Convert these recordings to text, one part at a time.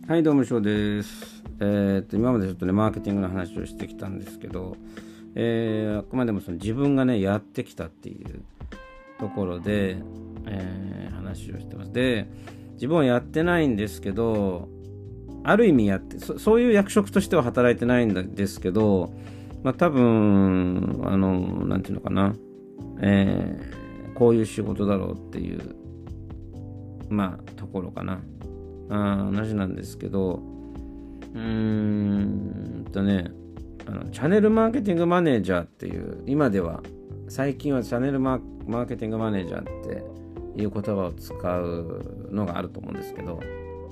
はい、どうも、翔です。今までちょっとね、マーケティングの話をしてきたんですけど、あくまでもその自分がね、やってきたっていうところで、話をしてます。で、自分はやってないんですけど、ある意味やって、そういう役職としては働いてないんですけど、多分、なんていうのかな、こういう仕事だろうっていう、ところかな。同じなんですけど、チャンネルマーケティングマネージャーっていう、最近はチャンネルマーケティングマネージャーっていう言葉を使うのがあると思うんですけど、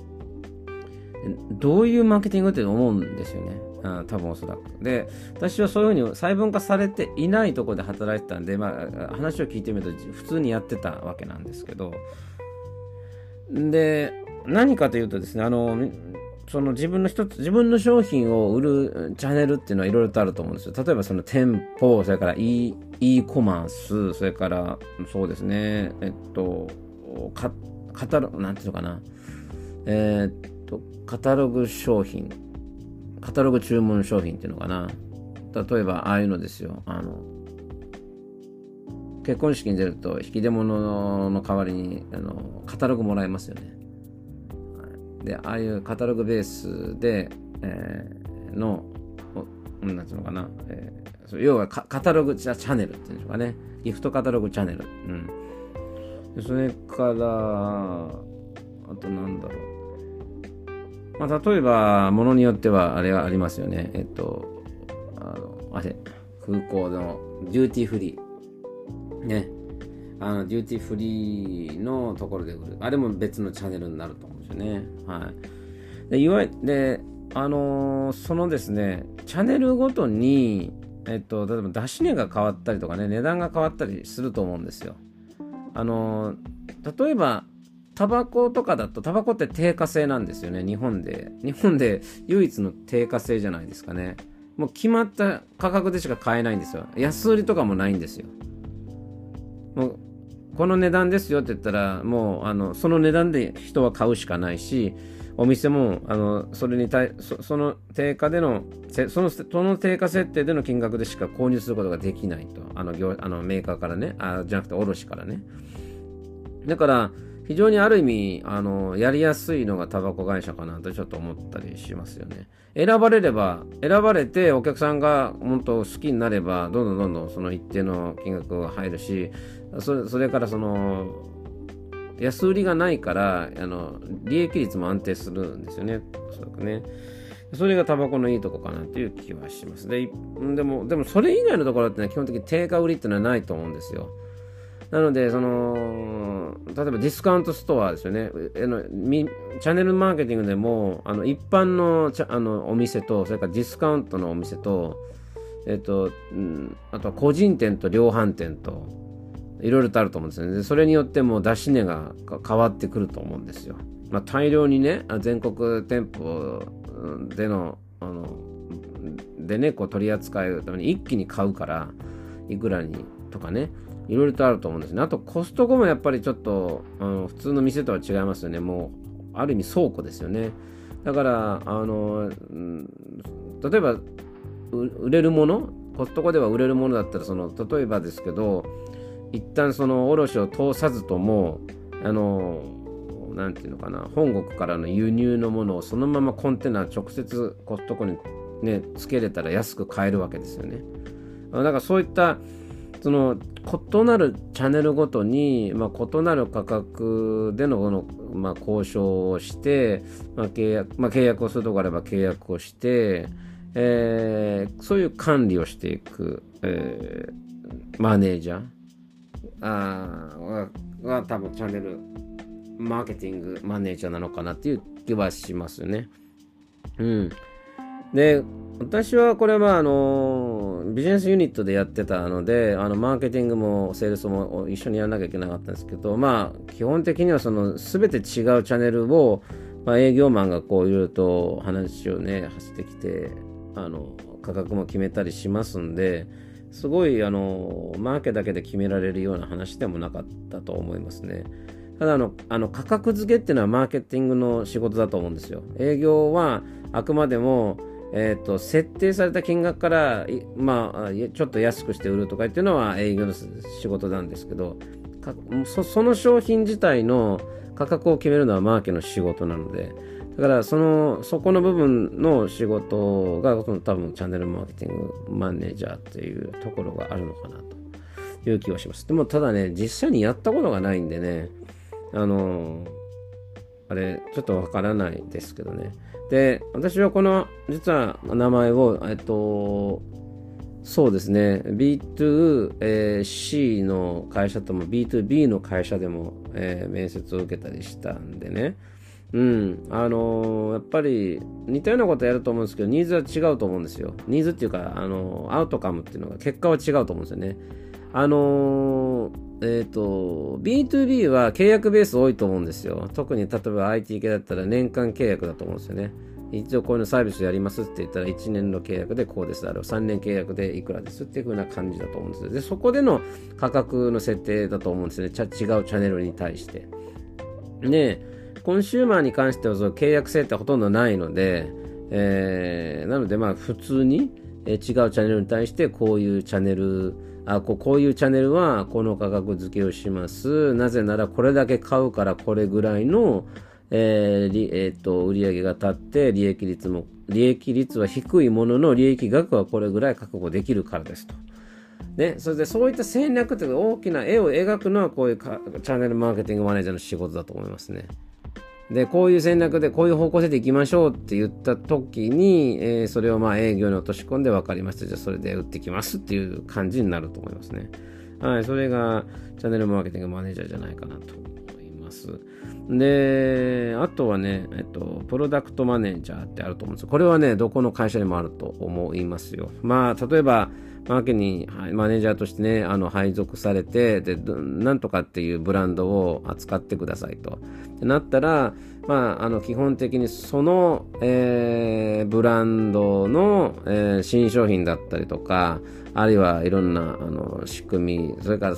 どういうマーケティングって思うんですよね。多分おそらく。で、私はそういうふうに細分化されていないところで働いてたんで、話を聞いてみると普通にやってたわけなんですけど、で、何かというとですね、その自分の商品を売るチャンネルっていうのはいろいろとあると思うんですよ。例えばその店舗、それから e コマース、それからそうですね、カタログ、なんていうのかな、カタログ商品、カタログ注文商品っていうのかな。例えばああいうのですよ。結婚式に出ると引き出物の代わりにカタログもらえますよね。で、ああいうカタログベースで、なんていうのかな、要はカタログチャンネルっていうんですかね、ギフトカタログチャンネル、でそれからあとなんだろう、例えばものによってはあれがありますよね。空港のデューティーフリーね、デューティーフリーのところで売る、あれも別のチャンネルになると思うんですよね。はい。で、いわゆるで、そのですね、チャンネルごとに例えば出し値が変わったりとかね、値段が変わったりすると思うんですよ。例えばタバコとかだと、タバコって定価制なんですよね。日本で唯一の定価制じゃないですかね。もう決まった価格でしか買えないんですよ。安売りとかもないんですよ。もうこの値段ですよって言ったら、もうその値段で人は買うしかないし、お店もそれにその定価でのその定価設定での金額でしか購入することができないと、メーカーからね、じゃなくて卸からね。だから非常にある意味やりやすいのがタバコ会社かなとちょっと思ったりしますよね。選ばれてお客さんが本当好きになれば、どんどんその一定の金額が入るし、それからその安売りがないから利益率も安定するんですよね。おそらくね。それがタバコのいいとこかなという気はします。でもそれ以外のところってのは基本的に定価売りっていうのはないと思うんですよ。なので例えばディスカウントストアですよね。チャンネルマーケティングでも一般のお店と、それからディスカウントのお店と、あとは個人店と量販店といろいろとあると思うんですよね。でそれによっても出し値が変わってくると思うんですよ。大量にね、全国店舗でのこう取り扱うために一気に買うからいくらにとかね、いろいろとあると思うんですね。あとコストコもやっぱりちょっと普通の店とは違いますよね。もうある意味倉庫ですよね。だから例えば売れるもの、コストコでは売れるものだったら、例えばですけど、一旦その卸を通さずともなんていうのかな、本国からの輸入のものをそのままコンテナ直接コストコにねつけれたら安く買えるわけですよね。だからそういったその異なるチャンネルごとに、異なる価格での交渉をして、契約をするところあれば契約をして、そういう管理をしていく、マネージャーが多分チャンネルマーケティングマネージャーなのかなっていう気はしますよね。で、私はこれはビジネスユニットでやってたので、マーケティングもセールスも一緒にやらなきゃいけなかったんですけど、基本的にはその全て違うチャンネルを、営業マンがこういろいろと話をね走ってきて、価格も決めたりしますんで、すごいマーケだけで決められるような話でもなかったと思いますね。 ただ価格付けっていうのはマーケティングの仕事だと思うんですよ。営業はあくまでも、設定された金額からちょっと安くして売るとかっていうのは営業の仕事なんですけど、その商品自体の価格を決めるのはマーケの仕事なので、だからそこの部分の仕事が多分チャンネルマーケティングマネージャーっていうところがあるのかなという気はします。でもただね、実際にやったことがないんでね、あれちょっとわからないですけどね。で、私はこの実は名前をそうですね、B2C の会社とも B2B の会社でも、面接を受けたりしたんでね、やっぱり似たようなことやると思うんですけど、ニーズは違うと思うんですよ。ニーズっていうか、アウトカムっていうのが、結果は違うと思うんですよね。B2B は契約ベース多いと思うんですよ。特に例えば IT 系だったら年間契約だと思うんですよね。一応こういうのサービスやりますって言ったら1年の契約でこうですだろう、3年契約でいくらですっていう風な感じだと思うんですよ。で、そこでの価格の設定だと思うんですね。違うチャンネルに対して。で、コンシューマーに関してはその契約制ってほとんどないので、なので普通に違うチャンネルに対してこういうチャンネルこういうチャンネルはこの価格付けをします。なぜならこれだけ買うからこれぐらいの、売上が立って利益率は低いものの利益額はこれぐらい確保できるからですと。ね、それでそういった戦略というか大きな絵を描くのはこういうチャンネルマーケティングマネージャーの仕事だと思いますね。で、こういう戦略でこういう方向性でいきましょうって言った時に、それを営業に落とし込んで分かりました。じゃあそれで売ってきますっていう感じになると思いますね。はい、それがチャンネルマーケティングマネージャーじゃないかなと思います。で、あとはね、プロダクトマネージャーってあると思うんですよ。これはね、どこの会社にもあると思いますよ。例えば、マーケにマネージャーとしてね、配属されて、で、なんとかっていうブランドを扱ってくださいと。ってなったら、基本的にその、ブランドの、新商品だったりとか、あるいはいろんな、仕組み、それから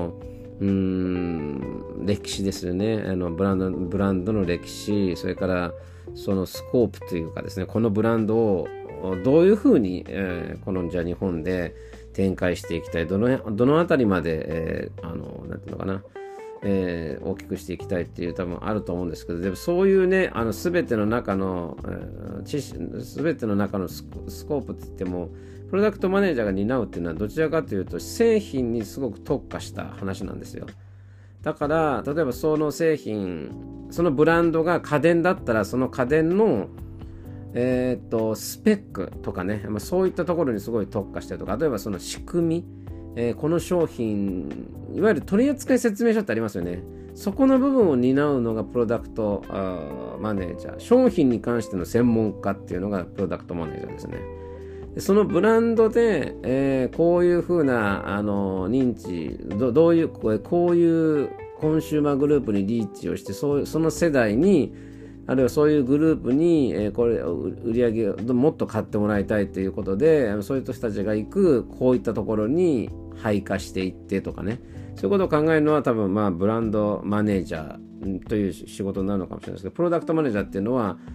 歴史ですよね。ブランドの歴史、それからそのスコープというかですね、このブランドをどういうふうに、じゃあ日本で展開していきたい、どのあたりまで、なんていうのかな、大きくしていきたいっていう多分あると思うんですけど、でもそういうね、すべての中の、すべての中のスコープって言っても、プロダクトマネージャーが担うっていうのはどちらかというと製品にすごく特化した話なんですよ。だから例えばその製品、そのブランドが家電だったらその家電のスペックとかね、そういったところにすごい特化してるとか、例えばその仕組み、この商品、いわゆる取扱説明書ってありますよね。そこの部分を担うのがプロダクトマネージャー。商品に関しての専門家っていうのがプロダクトマネージャーですね。そのブランドで、こういうふうな認知、どういうこういうコンシューマーグループにリーチをして、その世代に、あるいはそういうグループに、これ売り上げをもっと買ってもらいたいということで、そういう人たちが行くこういったところに配下していってとかね、そういうことを考えるのは多分ブランドマネージャーという仕事になるのかもしれないですけど、プロダクトマネージャーっていうのは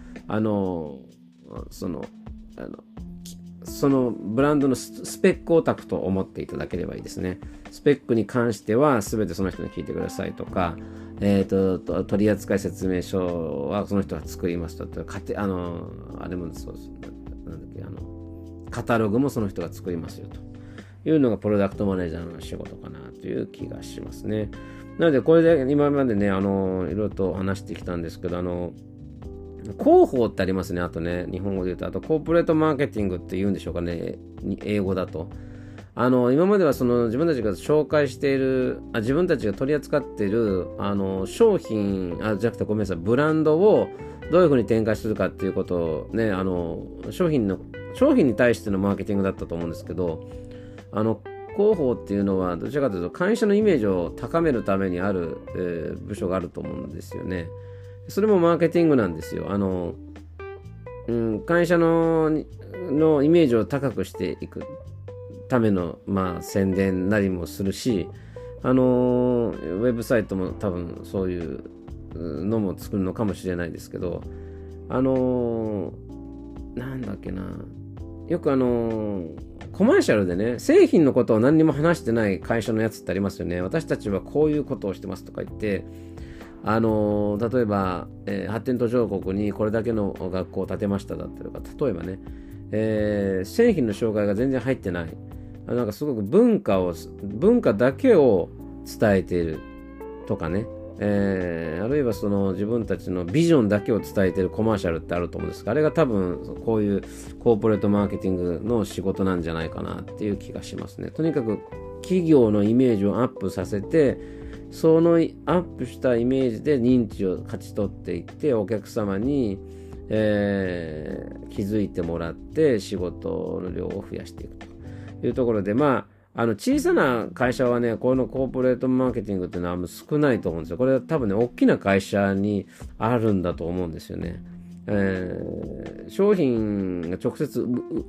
そのブランドのスペックオタクと思っていただければいいですね。スペックに関しては全てその人に聞いてくださいとか、取扱説明書はその人が作りますとか、あれもそうです。なんだっけ、カタログもその人が作りますよというのがプロダクトマネージャーの仕事かなという気がしますね。なのでこれで今までね、いろいろと話してきたんですけど、広報ってありますね。あとね、日本語で言うと、あとコーポレートマーケティングって言うんでしょうかね、英語だと。今まではその自分たちが紹介している、自分たちが取り扱っている、商品、じゃなくてごめんなさい、ブランドをどういうふうに展開するかっていうことをね、商品に対してのマーケティングだったと思うんですけど、広報っていうのはどちらかというと会社のイメージを高めるためにある、部署があると思うんですよね。それもマーケティングなんですよ。会社のイメージを高くしていくための、宣伝なりもするし、 ウェブサイトも多分そういうのも作るのかもしれないですけど、なんだっけな、よくコマーシャルでね、製品のことを何にも話してない会社のやつってありますよね。私たちはこういうことをしてますとか言って、例えば、発展途上国にこれだけの学校を建てましただったりとか、例えばね、製品の紹介が全然入ってない。なんかすごく文化だけを伝えているとかね、あるいはその自分たちのビジョンだけを伝えているコマーシャルってあると思うんですが、あれが多分こういうコーポレートマーケティングの仕事なんじゃないかなっていう気がしますね。とにかく企業のイメージをアップさせて、そのアップしたイメージで認知を勝ち取っていって、お客様に、気づいてもらって仕事の量を増やしていくというところで、小さな会社はね、このコーポレートマーケティングっていうのは少ないと思うんですよ。これは多分ね、大きな会社にあるんだと思うんですよね。商品が直接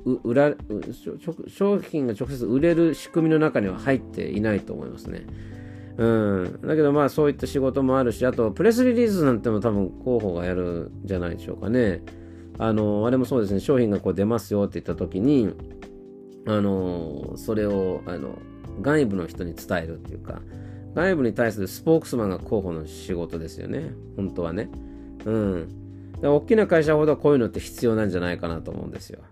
売れる仕組みの中には入っていないと思いますね。だけどそういった仕事もあるし、あとプレスリリースなんても多分広報がやるんじゃないでしょうかね。あれもそうですね、商品がこう出ますよって言った時に、それを外部の人に伝えるっていうか、外部に対するスポークスマンが広報の仕事ですよね、本当はね。大きな会社ほどこういうのって必要なんじゃないかなと思うんですよ。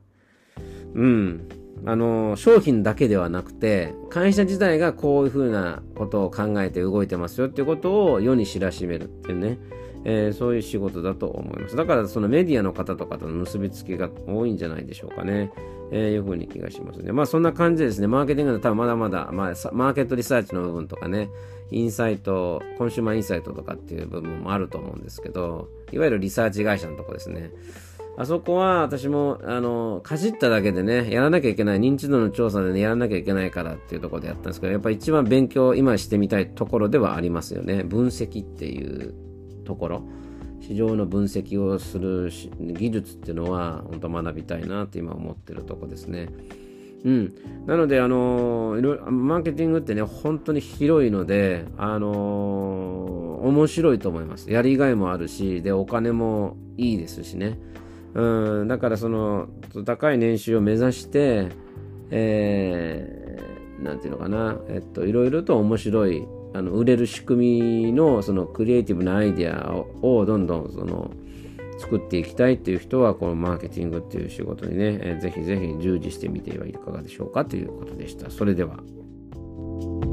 商品だけではなくて、会社自体がこういうふうなことを考えて動いてますよっていうことを世に知らしめるっていうね、そういう仕事だと思います。だからそのメディアの方とかとの結びつきが多いんじゃないでしょうかね。いうふうに気がしますね。そんな感じでですね、マーケティングで多分まだまだ、マーケットリサーチの部分とかね、インサイト、コンシューマーインサイトとかっていう部分もあると思うんですけど、いわゆるリサーチ会社のとこですね。あそこは私も、かじっただけでね、やらなきゃいけない、認知度の調査でね、やらなきゃいけないからっていうところでやったんですけど、やっぱり一番勉強、今してみたいところではありますよね。分析っていうところ。市場の分析をする技術っていうのは、本当学びたいなって今思ってるところですね。なので、いろいろ、マーケティングってね、本当に広いので、面白いと思います。やりがいもあるし、で、お金もいいですしね。だからその高い年収を目指して、なんていうのかな、いろいろと面白い売れる仕組みのそのクリエイティブなアイデアをどんどん作っていきたいっていう人はこのマーケティングっていう仕事にね、ぜひぜひ従事してみてはいかがでしょうかということでした。それでは。